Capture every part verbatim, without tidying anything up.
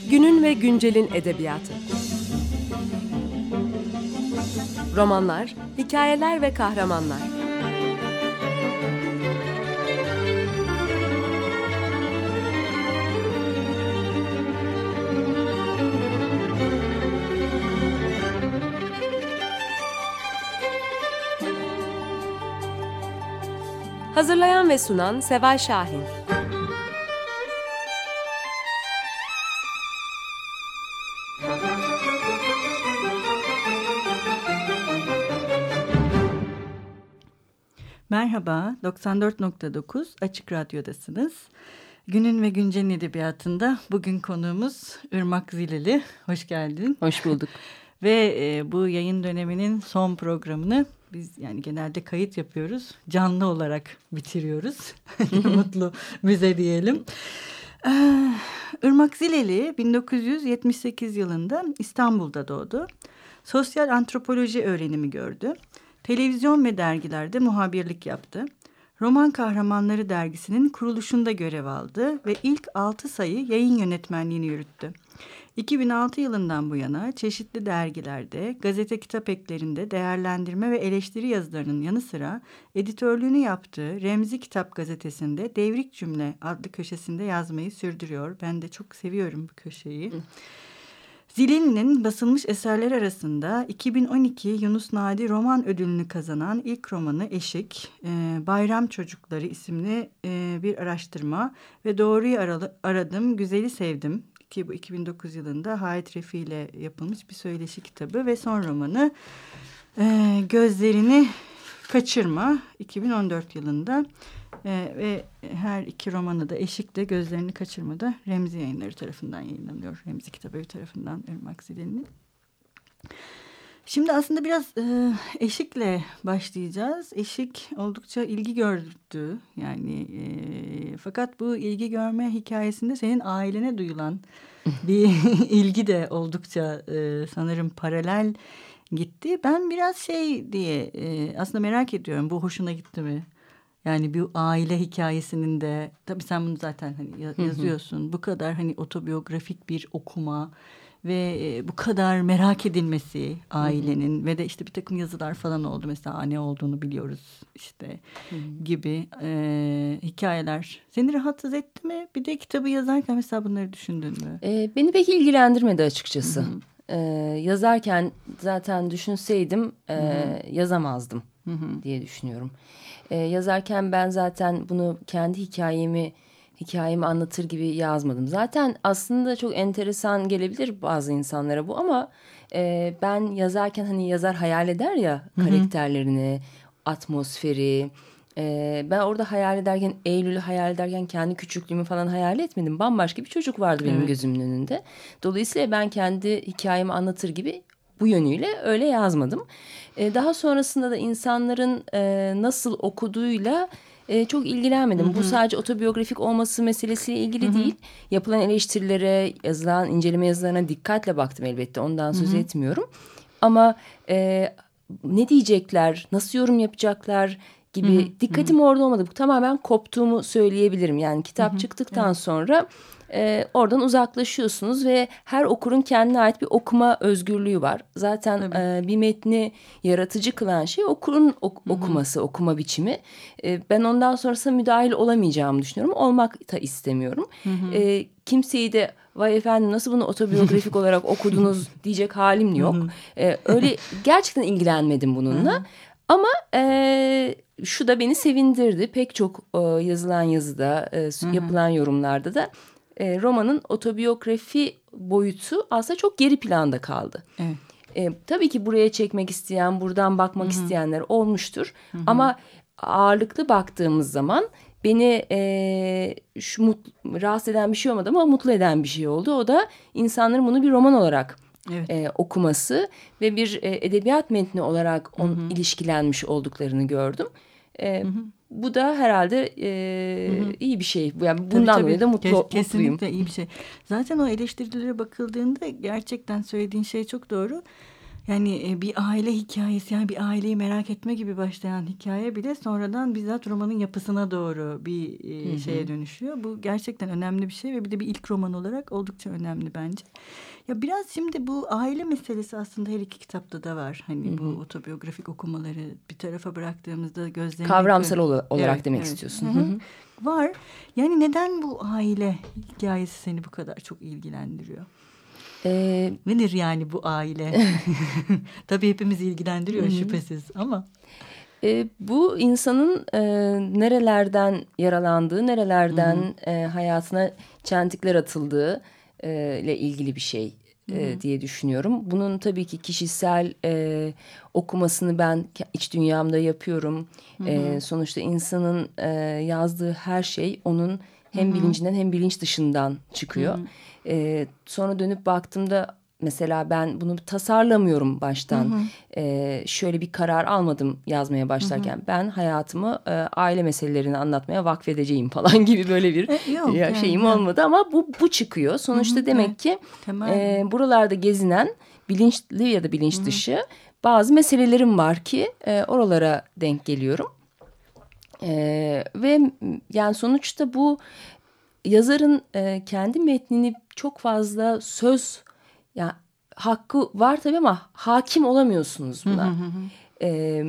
Günün ve güncelin edebiyatı. Romanlar, hikayeler ve kahramanlar. Hazırlayan ve sunan Seval Şahin. Merhaba, doksan dört nokta dokuz Açık Radyo'dasınız. Günün ve Güncel'in edebiyatında bugün konuğumuz Irmak Zileli. Hoş geldin. Hoş bulduk. Ve e, bu yayın döneminin son programını biz yani genelde kayıt yapıyoruz. Canlı olarak bitiriyoruz. Mutlu bize diyelim. Ee, Irmak Zileli bin dokuz yüz yetmiş sekiz yılında İstanbul'da doğdu. Sosyal antropoloji öğrenimi gördü. Televizyon ve dergilerde muhabirlik yaptı. Roman Kahramanları dergisinin kuruluşunda görev aldı ve ilk altı sayı yayın yönetmenliğini yürüttü. iki bin altı yılından bu yana çeşitli dergilerde, gazete kitap eklerinde değerlendirme ve eleştiri yazılarının yanı sıra editörlüğünü yaptığı Remzi Kitap gazetesinde Devrik Cümle adlı köşesinde yazmayı sürdürüyor. Ben de çok seviyorum bu köşeyi. Hı. Zileli'nin basılmış eserler arasında iki bin on iki Yunus Nadi Roman Ödülünü kazanan ilk romanı Eşik, Bayram Çocukları isimli bir araştırma ve Doğruyu Aradım, Güzeli Sevdim ki bu iki bin dokuz yılında Halit Refi ile yapılmış bir söyleşi kitabı ve son romanı Gözlerini Kaçırma iki bin on dört yılında. Ee, ve her iki romanı da Eşik de Gözlerini Kaçırma'da Remzi Yayınları tarafından yayınlanıyor. Remzi Kitabevi tarafından Irmak Zileli'nin. Şimdi aslında biraz e, Eşik'le başlayacağız. Eşik oldukça ilgi gördü. Yani e, fakat bu ilgi görme hikayesinde senin ailene duyulan bir ilgi de oldukça e, sanırım paralel gitti. Ben biraz şey diye e, aslında merak ediyorum. Bu hoşuna gitti mi? Yani bir aile hikayesinin de tabii sen bunu zaten hani yazıyorsun. Hı hı. Bu kadar hani otobiyografik bir okuma ve e, bu kadar merak edilmesi ailenin, hı hı, ve de işte bir takım yazılar falan oldu. Mesela ne olduğunu biliyoruz işte, hı hı, gibi e, hikayeler. Seni rahatsız etti mi? Bir de kitabı yazarken mesela bunları düşündün mü? E, beni pek ilgilendirmedi açıkçası. Hı hı. E, yazarken zaten düşünseydim e, hı hı. yazamazdım, hı hı, diye düşünüyorum. Ee, yazarken ben zaten bunu kendi hikayemi hikayemi anlatır gibi yazmadım. Zaten aslında çok enteresan gelebilir bazı insanlara bu ama e, ben yazarken hani yazar hayal eder ya, hı hı, karakterlerini, atmosferi. E, ben orada hayal ederken, Eylül'ü hayal ederken kendi küçüklüğümü falan hayal etmedim. Bambaşka bir çocuk vardı benim, evet, gözümün önünde. Dolayısıyla ben kendi hikayemi anlatır gibi bu yönüyle öyle yazmadım. Ee, daha sonrasında da insanların e, nasıl okuduğuyla e, çok ilgilenmedim. Hı hı. Bu sadece otobiyografik olması meselesiyle ilgili, hı hı, değil. Yapılan eleştirilere, yazılan inceleme yazılarına dikkatle baktım elbette. Ondan söz, hı hı, etmiyorum. Ama e, ne diyecekler, nasıl yorum yapacaklar gibi, hı hı, dikkatim, hı hı, orada olmadı. Bu tamamen koptuğumu söyleyebilirim. Yani kitap, hı hı, çıktıktan, evet, sonra e, oradan uzaklaşıyorsunuz ve her okurun kendine ait bir okuma özgürlüğü var. Zaten e, bir metni yaratıcı kılan şey okurun ok- okuması, hı hı, okuma biçimi. E, ben ondan sonrasında müdahil olamayacağımı düşünüyorum. Olmak da istemiyorum. Hı hı. E, kimseyi de vay efendim nasıl bunu otobiyografik olarak okudunuz diyecek halim yok. E, öyle gerçekten ilgilenmedim bununla. Hı hı. Ama e, şu da beni sevindirdi. Pek çok e, yazılan yazıda, e, yapılan yorumlarda da e, romanın otobiyografi boyutu aslında çok geri planda kaldı. Evet. E, tabii ki buraya çekmek isteyen, buradan bakmak, hı hı, isteyenler olmuştur. Hı hı. Ama ağırlıklı baktığımız zaman beni e, şu mut, rahatsız eden bir şey olmadı ama mutlu eden bir şey oldu. O da insanların bunu bir roman olarak, evet, e, okuması ve bir e, edebiyat metni olarak on, hı hı, ilişkilenmiş olduklarını gördüm. E, hı hı. Bu da herhalde e, hı hı, iyi bir şey. Yani bundan tabii, dolayı da mutlu, Kes, kesinlikle mutluyum. iyi bir şey. Zaten o eleştirilere bakıldığında gerçekten söylediğin şey çok doğru. Yani bir aile hikayesi, yani bir aileyi merak etme gibi başlayan hikaye bile sonradan bizzat romanın yapısına doğru bir hı hı. şeye dönüşüyor. Bu gerçekten önemli bir şey ve bir de bir ilk roman olarak oldukça önemli bence. Ya biraz şimdi bu aile meselesi aslında her iki kitapta da var. Hani hı hı. bu otobiyografik okumaları bir tarafa bıraktığımızda gözlerine... Kavramsal gör- olarak evet, demek evet. istiyorsun. Hı hı. Var. Yani neden bu aile hikayesi seni bu kadar çok ilgilendiriyor? Ee, Nedir yani bu aile? Tabii hepimiz ilgilendiriyor şüphesiz ama. E, bu insanın e, nerelerden yaralandığı, nerelerden e, hayatına çentikler atıldığı e, ile ilgili bir şey e, diye düşünüyorum. Bunun tabii ki kişisel e, okumasını ben iç dünyamda yapıyorum. E, sonuçta insanın e, yazdığı her şey onun hem Hı-hı. bilincinden hem bilinç dışından çıkıyor. E, sonra dönüp baktığımda mesela ben bunu tasarlamıyorum baştan. Hı hı. E, şöyle bir karar almadım yazmaya başlarken. Hı hı. Ben hayatımı e, aile meselelerini anlatmaya vakfedeceğim falan gibi böyle bir e, yok, ya, şeyim yani, olmadı. Ama bu bu çıkıyor. Sonuçta hı hı. demek ki e, buralarda gezinen bilinçli ya da bilinç hı hı. dışı bazı meselelerim var ki e, oralara denk geliyorum. E, ve yani sonuçta bu yazarın e, kendi metnini çok fazla söz ya hakkı var tabii ama hakim olamıyorsunuz buna. Hı hı hı. E,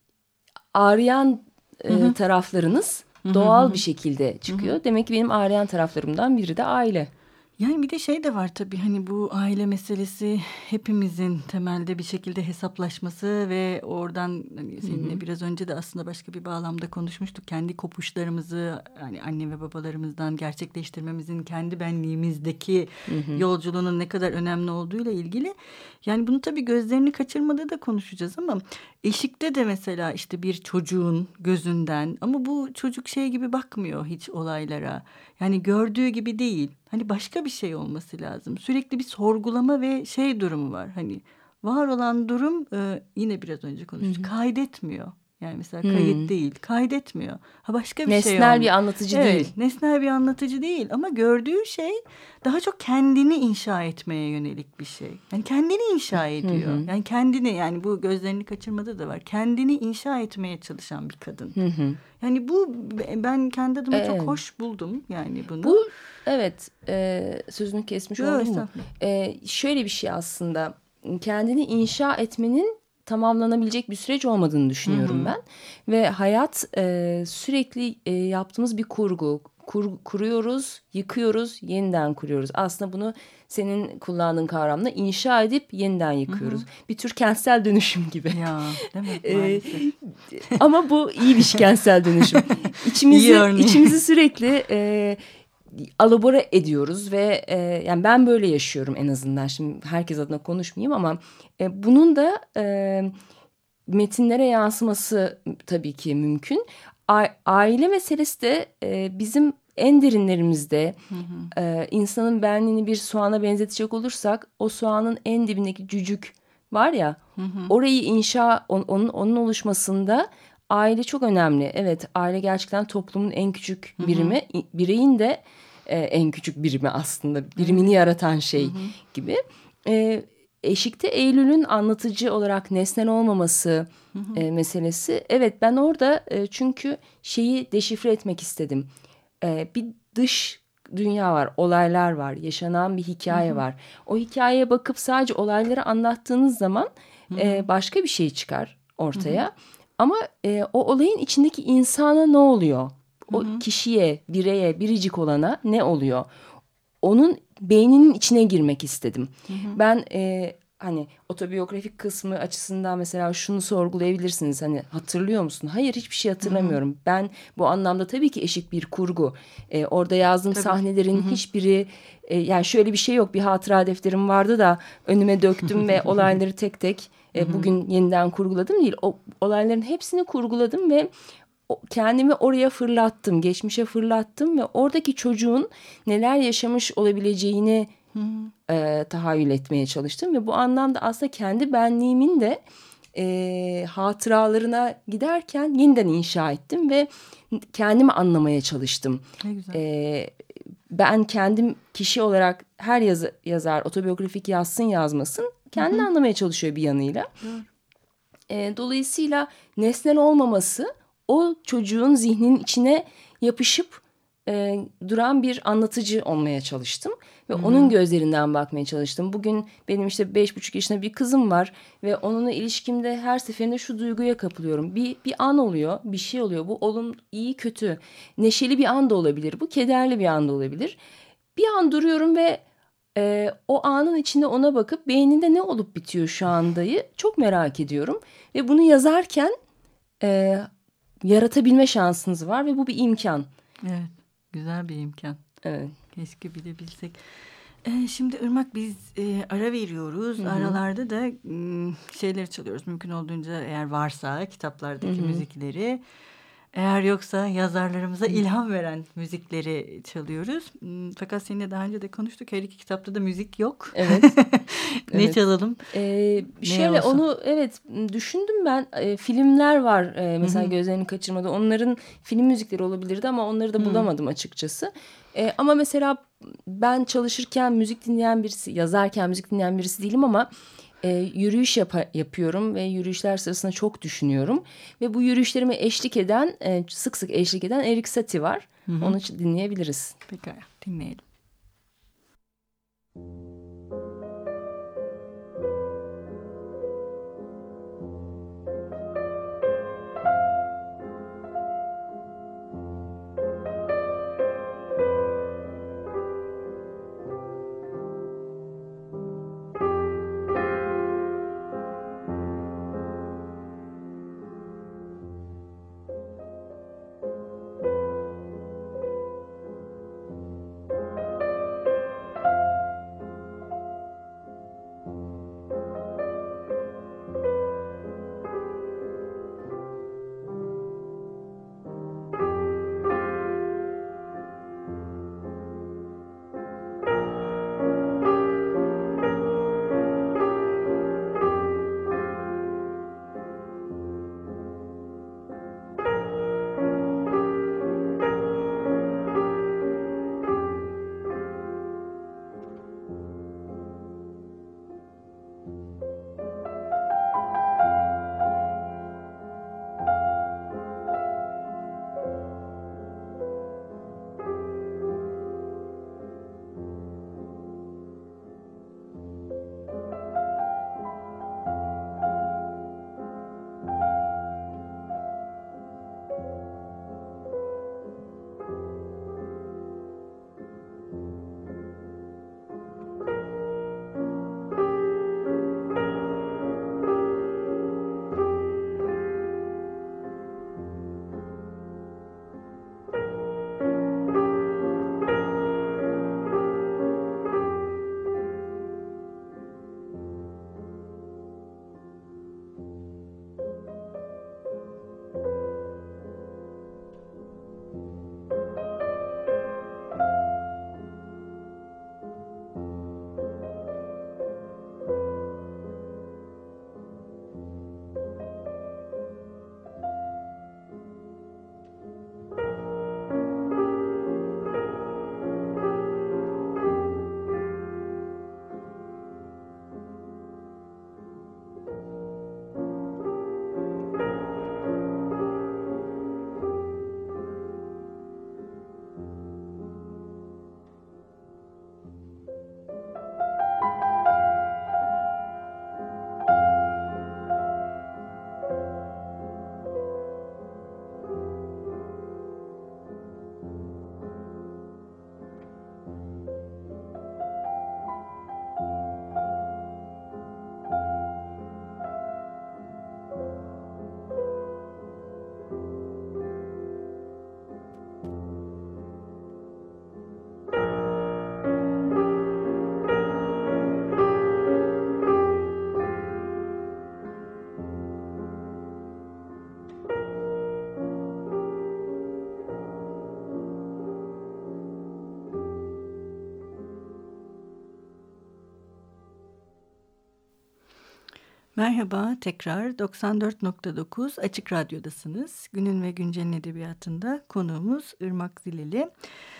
ağrıyan e, hı hı. taraflarınız hı hı. doğal bir şekilde çıkıyor. Hı hı. Demek ki benim ağrıyan taraflarımdan biri de aile. Yani bir de şey de var tabii, hani bu aile meselesi hepimizin temelde bir şekilde hesaplaşması ve oradan hani seninle hı hı. biraz önce de aslında başka bir bağlamda konuşmuştuk. Kendi kopuşlarımızı hani anne ve babalarımızdan gerçekleştirmemizin kendi benliğimizdeki hı hı. yolculuğunun ne kadar önemli olduğuyla ilgili. Yani bunu tabii gözlerini kaçırmada da konuşacağız ama eşikte de mesela işte bir çocuğun gözünden, ama bu çocuk şey gibi bakmıyor hiç olaylara. Yani gördüğü gibi değil. Hani başka bir şey olması lazım. Sürekli bir sorgulama ve şey durumu var. Hani var olan durum e, yine biraz önce konuştuk. Hı hı. Kaydetmiyor. Yani mesela kayıt hmm. değil, kaydetmiyor. Ha başka bir nesnel şey Nesnel bir anlatıcı evet, değil. Nesnel bir anlatıcı değil ama gördüğü şey daha çok kendini inşa etmeye yönelik bir şey. Yani kendini inşa ediyor. Hı hı. Yani kendini, yani bu gözlerini kaçırmada da var. Kendini inşa etmeye çalışan bir kadın. Hı hı. Yani bu ben kendi adıma evet. çok hoş buldum yani bunu. Bu evet e, sözünü kesmiş Yo, oldum mu? E, şöyle bir şey aslında, kendini inşa etmenin tamamlanabilecek bir süreç olmadığını düşünüyorum hı hı. ben. Ve hayat e, sürekli e, yaptığımız bir kurgu. Kur, kuruyoruz, yıkıyoruz, yeniden kuruyoruz. Aslında bunu senin kullandığın kavramla inşa edip yeniden yıkıyoruz. Hı hı. Bir tür kentsel dönüşüm gibi. Ya, değil mi? Maalesef. Ama bu iyi bir kentsel dönüşüm. İçimizi, içimizi sürekli e, alabora ediyoruz ve e, yani ben böyle yaşıyorum en azından. Şimdi herkes adına konuşmayayım ama e, bunun da e, metinlere yansıması tabii ki mümkün. A- aile meselesi de e, bizim en derinlerimizde hı hı. E, insanın benliğini bir soğana benzetecek olursak o soğanın en dibindeki cücük var ya hı hı. orayı inşa on, onun, onun oluşmasında aile çok önemli. Evet, aile gerçekten toplumun en küçük birimi, hı hı. bireyin de e, en küçük birimi aslında, birimini hı hı. yaratan şey hı hı. gibi. E, Eşikte Eylül'ün anlatıcı olarak nesnel olmaması hı hı. E, meselesi. Evet, ben orada e, çünkü şeyi deşifre etmek istedim. E, bir dış dünya var, olaylar var, yaşanan bir hikaye hı hı. var. O hikayeye bakıp sadece olayları anlattığınız zaman hı hı. E, başka bir şey çıkar ortaya. Hı hı. Ama e, o olayın içindeki insana ne oluyor? O hı hı. kişiye, bireye, biricik olana ne oluyor? Onun beyninin içine girmek istedim. Hı hı. Ben e, hani otobiyografik kısmı açısından mesela şunu sorgulayabilirsiniz. Hani hatırlıyor musun? Hayır, hiçbir şey hatırlamıyorum. Hı hı. Ben bu anlamda tabii ki eşik bir kurgu. E, orada yazdığım tabii. sahnelerin hı hı. hiçbiri e, yani şöyle bir şey yok. Bir hatıra defterim vardı da önüme döktüm ve olayları tek tek e, bugün yeniden kurguladım değil. O olayların hepsini kurguladım ve kendimi oraya fırlattım, geçmişe fırlattım ve oradaki çocuğun neler yaşamış olabileceğini e, tahayyül etmeye çalıştım. Ve bu anlamda aslında kendi benliğimin de e, hatıralarına giderken yeniden inşa ettim ve kendimi anlamaya çalıştım. Ne güzel. E, ben kendim kişi olarak her yazı, yazar otobiyografik yazsın yazmasın kendini Hı-hı. anlamaya çalışıyor bir yanıyla. E, dolayısıyla nesnel olmaması o çocuğun zihninin içine yapışıp e, duran bir anlatıcı olmaya çalıştım. Ve Hı-hı. onun gözlerinden bakmaya çalıştım. Bugün benim işte beş buçuk yaşında bir kızım var. Ve onunla ilişkimde her seferinde şu duyguya kapılıyorum. Bir, bir an oluyor, bir şey oluyor. Bu olum iyi kötü, neşeli bir an da olabilir. Bu kederli bir an da olabilir. Bir an duruyorum ve e, o anın içinde ona bakıp beyninde ne olup bitiyor şu andayı çok merak ediyorum. Ve bunu yazarken e, yaratabilme şansınız var ve bu bir imkan. Evet, güzel bir imkan. Evet. Keşke bilebilsek. Ee, şimdi Irmak biz e, ara veriyoruz. Hı-hı. Aralarda da m, şeyleri çalıyoruz. Mümkün olduğunca eğer varsa kitaplardaki Hı-hı. müzikleri. Eğer yoksa yazarlarımıza ilham veren müzikleri çalıyoruz. Fakat seninle daha önce de konuştuk. Her iki kitapta da müzik yok. Evet. ne evet. çalalım? Ee, şöyle olsun? Onu evet düşündüm ben. E, filmler var e, mesela Hı-hı. Gözlerini Kaçırmada. Onların film müzikleri olabilirdi ama onları da bulamadım Hı-hı. açıkçası. E, ama mesela ben çalışırken müzik dinleyen birisi, yazarken müzik dinleyen birisi değilim ama e, yürüyüş yap- yapıyorum ve yürüyüşler sırasında çok düşünüyorum. Ve bu yürüyüşlerime eşlik eden, e, sık sık eşlik eden Erik Satie var. Hı-hı. Onu dinleyebiliriz. Pekala, dinleyelim. Merhaba, tekrar doksan dört nokta dokuz Açık Radyo'dasınız. Günün ve Güncel'in edebiyatında konuğumuz Irmak Zileli.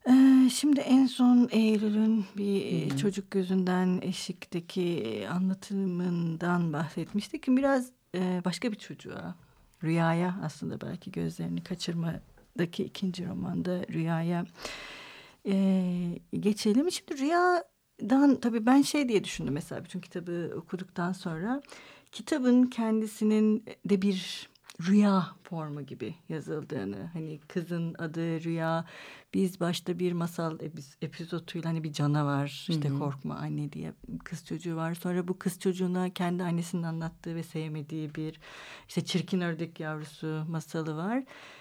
Ee, şimdi en son Eylül'ün bir Hı-hı. çocuk gözünden eşikteki anlatımından bahsetmiştik. Biraz e, başka bir çocuğa, Rüya'ya aslında belki gözlerini kaçırmadaki ikinci romanda Rüya'ya e, geçelim. Şimdi Rüya'dan tabii ben şey diye düşündüm mesela bütün kitabı okuduktan sonra. Kitabın kendisinin de bir rüya formu gibi yazıldığını, hani kızın adı Rüya, biz başta bir masal epizoduyla hani bir canavar işte Hı hı. korkma anne diye kız çocuğu var, sonra bu kız çocuğuna kendi annesinin anlattığı ve sevmediği bir işte çirkin ördek yavrusu masalı var.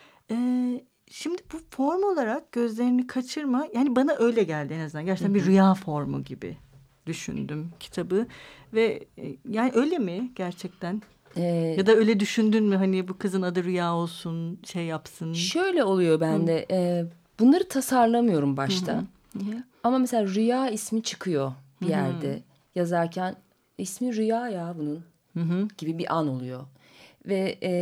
Ee, şimdi bu form olarak gözlerini kaçırma, yani bana öyle geldi en azından, gerçekten Hı hı. bir rüya formu gibi düşündüm kitabı ve yani öyle mi gerçekten? Ee, Ya da öyle düşündün mü, hani bu kızın adı Rüya olsun, şey yapsın? Şöyle oluyor bende. E, bunları tasarlamıyorum başta. Hı hı. Hı hı. Ama mesela Rüya ismi çıkıyor bir Hı hı. yerde yazarken, ismi Rüya ya bunun Hı hı. gibi bir an oluyor. Ve e,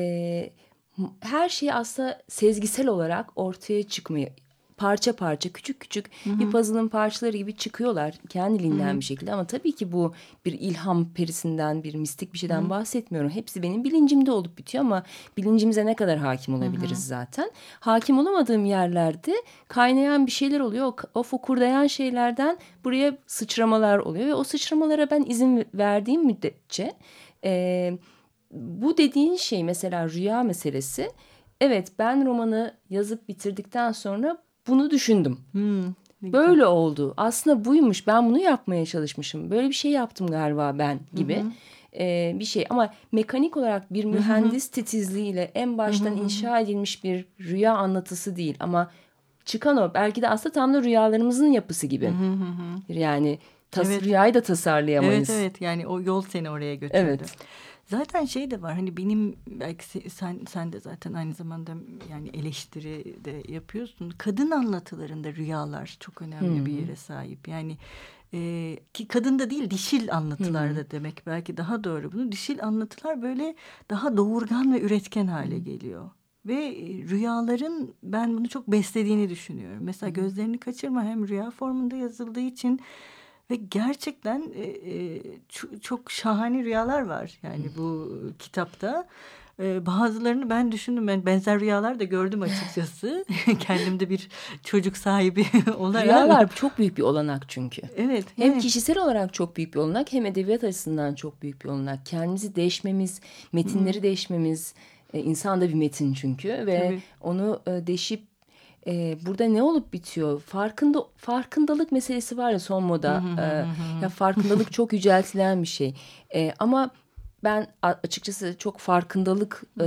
her şey aslında sezgisel olarak ortaya çıkmıyor. Parça parça, küçük küçük Hı hı. bir puzzle'ın parçaları gibi çıkıyorlar kendiliğinden Hı hı. bir şekilde. Ama tabii ki bu bir ilham perisinden, bir mistik bir şeyden Hı hı. bahsetmiyorum. Hepsi benim bilincimde olup bitiyor ama bilincimize ne kadar hakim olabiliriz Hı hı. zaten. Hakim olamadığım yerlerde kaynayan bir şeyler oluyor. O, o fokurdayan şeylerden buraya sıçramalar oluyor ve o sıçramalara ben izin verdiğim müddetçe e, bu dediğin şey, mesela rüya meselesi, evet, ben romanı yazıp bitirdikten sonra bunu düşündüm. Hmm, Böyle oldu. Aslında buymuş. Ben bunu yapmaya çalışmışım. Böyle bir şey yaptım galiba ben gibi. Hı hı. Ee, bir şey. Ama mekanik olarak bir mühendis titizliğiyle en baştan inşa edilmiş bir rüya anlatısı değil. Ama çıkan o. Belki de aslında tam da rüyalarımızın yapısı gibi. Hı hı. Yani tas- evet. rüyayı da tasarlayamayız. Evet evet, yani o yol seni oraya götürdü. Evet. Zaten şey de var, hani benim belki sen sen de zaten aynı zamanda yani eleştiri de yapıyorsun. Kadın anlatılarında rüyalar çok önemli hmm. bir yere sahip. Yani e, ki kadın da değil, dişil anlatılarda hmm. demek belki daha doğru bunu. Dişil anlatılar böyle daha doğurgan ve üretken hale hmm. geliyor. Ve rüyaların ben bunu çok beslediğini düşünüyorum. Mesela hmm. gözlerini kaçırma hem rüya formunda yazıldığı için ve gerçekten e, e, çok, çok şahane rüyalar var yani bu kitapta. E, bazılarını ben düşündüm, ben benzer rüyalar da gördüm açıkçası. Kendimde bir çocuk sahibi olarak. Rüyalar çok büyük bir olanak çünkü. Evet. Hem yani... kişisel olarak çok büyük bir olanak, hem edebiyat açısından çok büyük bir olanak. Kendimizi değişmemiz, metinleri hmm. değişmemiz, e, insan da bir metin çünkü ve Tabii. onu e, değişip Ee, burada ne olup bitiyor? Farkında farkındalık meselesi var ya son moda. ee, ya farkındalık çok yüceltilen bir şey. Ee, ama ben açıkçası çok farkındalık e,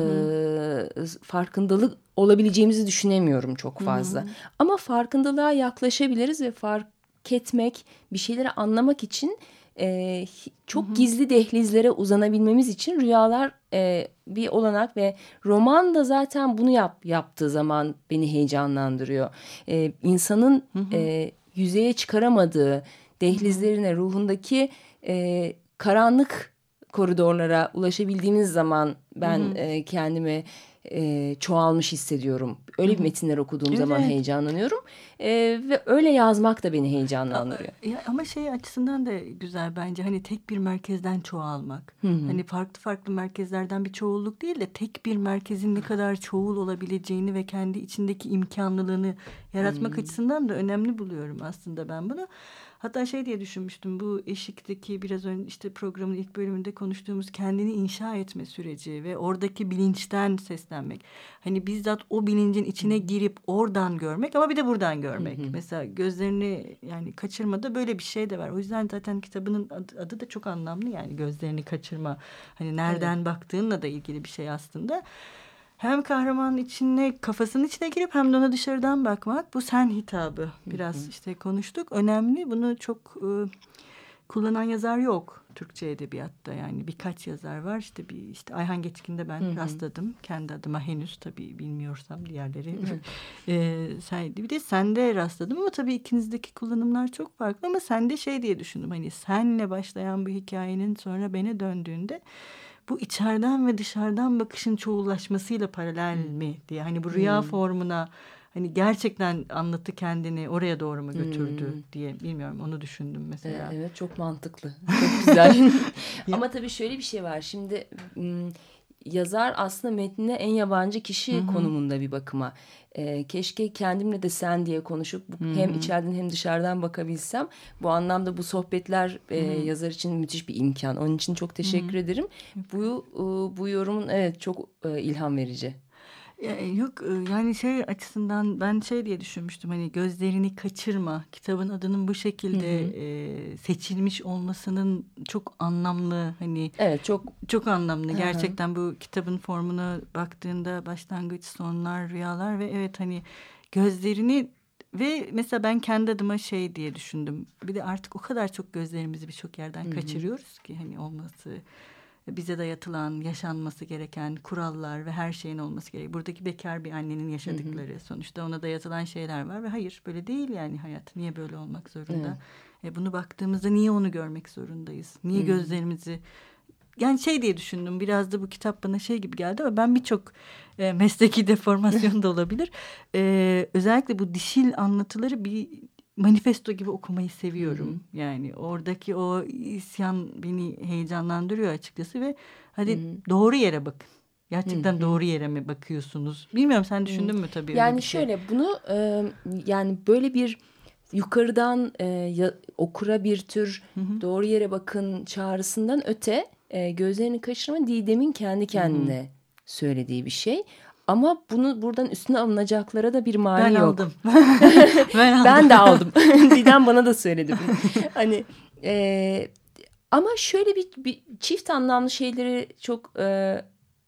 farkındalık olabileceğimizi düşünemiyorum çok fazla. Ama farkındalığa yaklaşabiliriz ve fark etmek, bir şeyleri anlamak için e, çok hı hı. gizli dehlizlere uzanabilmemiz için rüyalar e, bir olanak ve roman da zaten bunu yap, yaptığı zaman beni heyecanlandırıyor. E, insanın hı hı. E, yüzeye çıkaramadığı dehlizlerine, hı hı. ruhundaki e, karanlık koridorlara ulaşabildiğimiz zaman ben hı hı. E, kendimi e, çoğalmış hissediyorum. Öyle Hı-hı. bir metinler okuduğum evet, zaman evet. heyecanlanıyorum. E, ve öyle yazmak da beni heyecanlandırıyor. Ya, ama şey açısından da güzel bence. Hani tek bir merkezden çoğalmak. Hı-hı. Hani farklı farklı merkezlerden bir çoğulluk değil de tek bir merkezin ne kadar çoğul olabileceğini ve kendi içindeki imkanlılığını yaratmak Hı-hı. açısından da önemli buluyorum aslında ben bunu. Hatta şey diye düşünmüştüm, bu Eşik'teki biraz önce işte programın ilk bölümünde konuştuğumuz kendini inşa etme süreci ve oradaki bilinçten seslenmek. Hani bizzat o bilincin içine girip oradan görmek ama bir de buradan görmek. Hı hı. Mesela gözlerini yani kaçırmada böyle bir şey de var. O yüzden zaten kitabının adı, adı da çok anlamlı, yani gözlerini kaçırma. Hani nereden evet. baktığınla da ilgili bir şey aslında. Hem kahramanın içine, kafasının içine girip hem de ona dışarıdan bakmak. Bu sen hitabı biraz hı hı. işte konuştuk. Önemli. Bunu çok e, kullanan yazar yok Türkçe edebiyatta. Yani birkaç yazar var. İşte bir işte Ayhan Geçkin'de ben hı hı. rastladım. Kendi adıma henüz tabii bilmiyorsam diğerleri. e, sen, bir de sende rastladım ama tabii ikinizdeki kullanımlar çok farklı. Ama sende şey diye düşündüm. Hani senle başlayan bu hikayenin sonra bana döndüğünde bu içeriden ve dışarıdan bakışın çoğullaşmasıyla paralel hmm. mi diye. Hani bu rüya hmm. formuna hani gerçekten anlatı kendini oraya doğru mu götürdü Hmm. diye bilmiyorum, onu düşündüm mesela. Ee, evet, çok mantıklı. Çok güzel. Ama tabii şöyle bir şey var. Şimdi yazar aslında metnine en yabancı kişi Hı-hı. konumunda bir bakıma. Ee, keşke kendimle de sen diye konuşup Hı-hı. hem içeriden hem dışarıdan bakabilsem. Bu anlamda bu sohbetler e, yazar için müthiş bir imkan. Onun için çok teşekkür Hı-hı. ederim. Bu bu yorumun evet çok e, ilham verici. Yok yani şey açısından ben şey diye düşünmüştüm, hani gözlerini kaçırma, kitabın adının bu şekilde hı hı. E, seçilmiş olmasının çok anlamlı, hani evet çok çok anlamlı hı hı. Gerçekten bu kitabın formuna baktığında başlangıç, sonlar, rüyalar ve evet hani gözlerini ve mesela ben kendi adıma şey diye düşündüm, bir de artık o kadar çok gözlerimizi birçok yerden hı hı. kaçırıyoruz ki hani olması, bize dayatılan, yaşanması gereken kurallar ve her şeyin olması gerekiyor. Buradaki bekar bir annenin yaşadıkları, hı hı. sonuçta ona dayatılan şeyler var ve hayır böyle değil yani hayat. Niye böyle olmak zorunda? Evet. E bunu baktığımızda niye onu görmek zorundayız? Niye hı hı. gözlerimizi... Yani şey diye düşündüm, biraz da bu kitap bana şey gibi geldi ama ben birçok e, mesleki deformasyon da olabilir. E, özellikle bu dişil anlatıları bir... manifesto gibi okumayı seviyorum. Hı-hı. Yani oradaki o isyan beni heyecanlandırıyor açıkçası ve hadi Hı-hı. doğru yere bakın. Gerçekten Hı-hı. doğru yere mi bakıyorsunuz? Bilmiyorum, sen düşündün Hı-hı. mü tabii öyle yani bir şey? Yani şöyle bunu e, yani böyle bir yukarıdan e, ya, okura bir tür Hı-hı. doğru yere bakın çağrısından öte e, gözlerini kaçırma Didem'in kendi kendine Hı-hı. söylediği bir şey. Ama bunu buradan üstüne alınacaklara da bir mani ben yok. Aldım. ben aldım. Ben de aldım. Didem bana da söyledi bunu. Hani e, ama şöyle bir, bir çift anlamlı şeyleri çok e,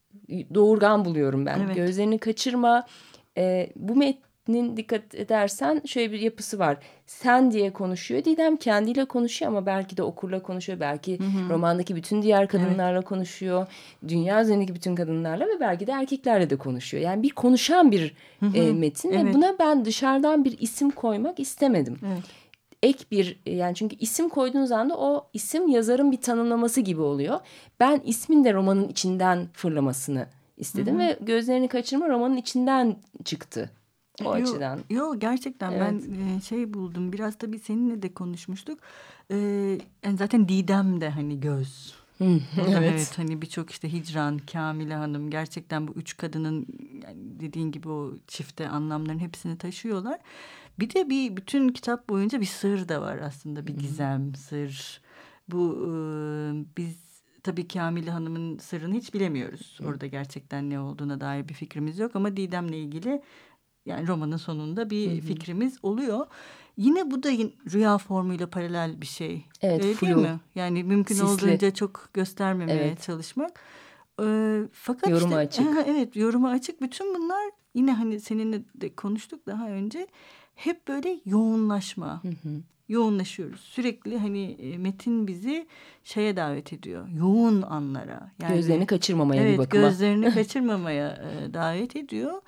doğurgan buluyorum ben. Evet. Gözlerini kaçırma. E, bu metnin dikkat edersen şöyle bir yapısı var. Sen diye konuşuyor. Didem kendiyle konuşuyor ama belki de okurla konuşuyor. Belki hı hı. romandaki bütün diğer kadınlarla evet. konuşuyor. Dünya üzerindeki bütün kadınlarla ve belki de erkeklerle de konuşuyor. Yani bir konuşan bir hı hı. E, metin evet. ve buna ben dışarıdan bir isim koymak istemedim. Evet. Ek bir yani çünkü isim koyduğunuz anda o isim yazarın bir tanımlaması gibi oluyor. Ben ismin de romanın içinden fırlamasını istedim hı hı. ve gözlerini kaçırma romanın içinden çıktı. O yo, açıdan. Yok gerçekten evet. ben şey buldum, biraz tabii seninle de konuşmuştuk. Ee, yani zaten Didem de hani göz. evet. evet hani birçok işte Hicran, Kamile Hanım, gerçekten bu üç kadının yani dediğin gibi o çifte anlamların hepsini taşıyorlar. Bir de bir bütün kitap boyunca bir sır da var aslında, bir gizem, sır. Bu e, biz tabii Kamile Hanım'ın sırrını hiç bilemiyoruz. Orada gerçekten ne olduğuna dair bir fikrimiz yok ama Didem'le ilgili yani romanın sonunda bir Hı-hı. fikrimiz oluyor. Yine bu da rüya formuyla paralel bir şey. Evet, Öyle flu. değil mi? Yani mümkün Sisli. olduğunca çok göstermemeye evet. çalışmak. Ee, fakat yoruma işte, açık. Evet, yoruma açık. Bütün bunlar yine hani seninle de konuştuk daha önce. Hep böyle yoğunlaşma. Hı hı. Yoğunlaşıyoruz. Sürekli hani metin bizi şeye davet ediyor. Yoğun anlara. Yani, gözlerini kaçırmamaya evet, bir bakıma. Evet, gözlerini kaçırmamaya e, davet ediyor.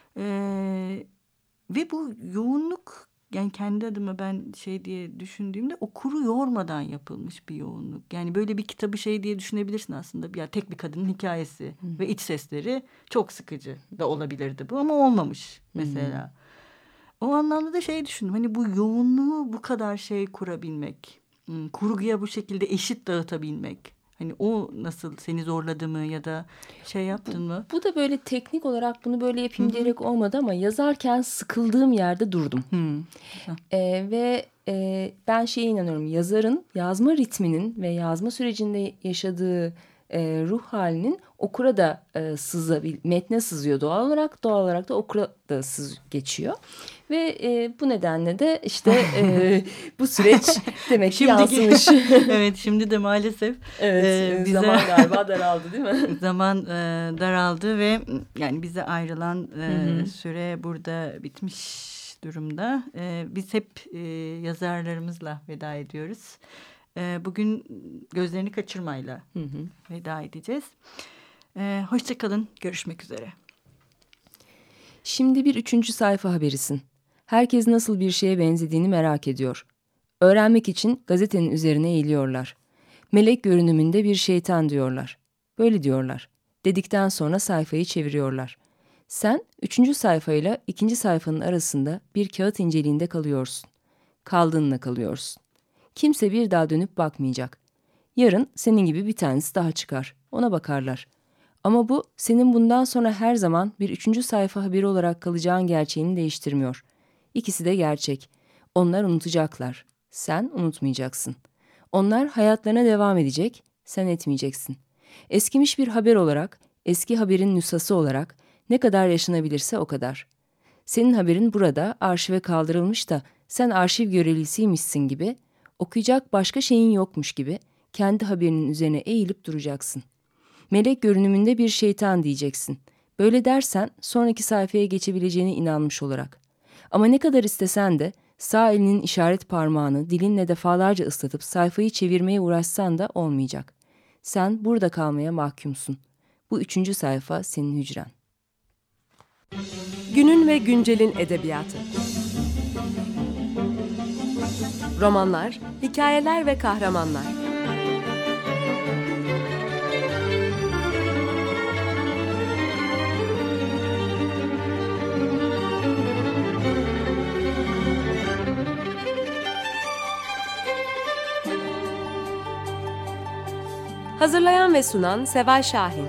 Ee, ve bu yoğunluk, yani kendi adıma ben şey diye düşündüğümde okuru yormadan yapılmış bir yoğunluk. Yani böyle bir kitabı şey diye düşünebilirsin aslında. Ya tek bir kadının hikayesi Hı. ve iç sesleri, çok sıkıcı da olabilirdi bu ama olmamış mesela. Hı. O anlamda da şey düşündüm. Hani bu yoğunluğu bu kadar şey kurabilmek, kurguya bu şekilde eşit dağıtabilmek. Hani o nasıl seni zorladı mı ya da şey yaptın mı? Bu, bu da böyle teknik olarak bunu böyle yapayım Hı-hı. diyerek olmadı ama yazarken sıkıldığım yerde durdum. Ee, ve e, ben şeye inanıyorum, yazarın yazma ritminin ve yazma sürecinde yaşadığı e, ruh halinin okura da e, sızabil, metne sızıyor doğal olarak, doğal olarak da okura da sız geçiyor. Ve e, bu nedenle de işte e, bu süreç demek ki yansımış. Evet, şimdi de maalesef evet, e, bize, zaman galiba daraldı değil mi? Zaman e, daraldı ve yani bize ayrılan e, süre burada bitmiş durumda. E, biz hep e, yazarlarımızla veda ediyoruz. E, bugün gözlerini kaçırmayla hı hı. veda edeceğiz. E, hoşça kalın, görüşmek üzere. Şimdi bir üçüncü sayfa haberisin. Herkes nasıl bir şeye benzediğini merak ediyor. Öğrenmek için gazetenin üzerine eğiliyorlar. Melek görünümünde bir şeytan diyorlar. Böyle diyorlar. Dedikten sonra sayfayı çeviriyorlar. Sen üçüncü sayfayla ikinci sayfanın arasında bir kağıt inceliğinde kalıyorsun. Kaldığınla kalıyorsun. Kimse bir daha dönüp bakmayacak. Yarın senin gibi bir tanesi daha çıkar. Ona bakarlar. Ama bu senin bundan sonra her zaman bir üçüncü sayfa haberi olarak kalacağın gerçeğini değiştirmiyor. İkisi de gerçek. Onlar unutacaklar. Sen unutmayacaksın. Onlar hayatlarına devam edecek, sen etmeyeceksin. Eskimiş bir haber olarak, eski haberin nüshası olarak ne kadar yaşanabilirse o kadar. Senin haberin burada arşive kaldırılmış da sen arşiv görevlisiymişsin gibi, okuyacak başka şeyin yokmuş gibi kendi haberinin üzerine eğilip duracaksın. Melek görünümünde bir şeytan diyeceksin. Böyle dersen sonraki sayfaya geçebileceğine inanmış olarak. Ama ne kadar istesen de sağ elinin işaret parmağını dilinle defalarca ıslatıp sayfayı çevirmeye uğraşsan da olmayacak. Sen burada kalmaya mahkumsun. Bu üçüncü sayfa senin hücren. Günün ve güncelin edebiyatı. Romanlar, hikayeler ve kahramanlar. Hazırlayan ve sunan Seval Şahin.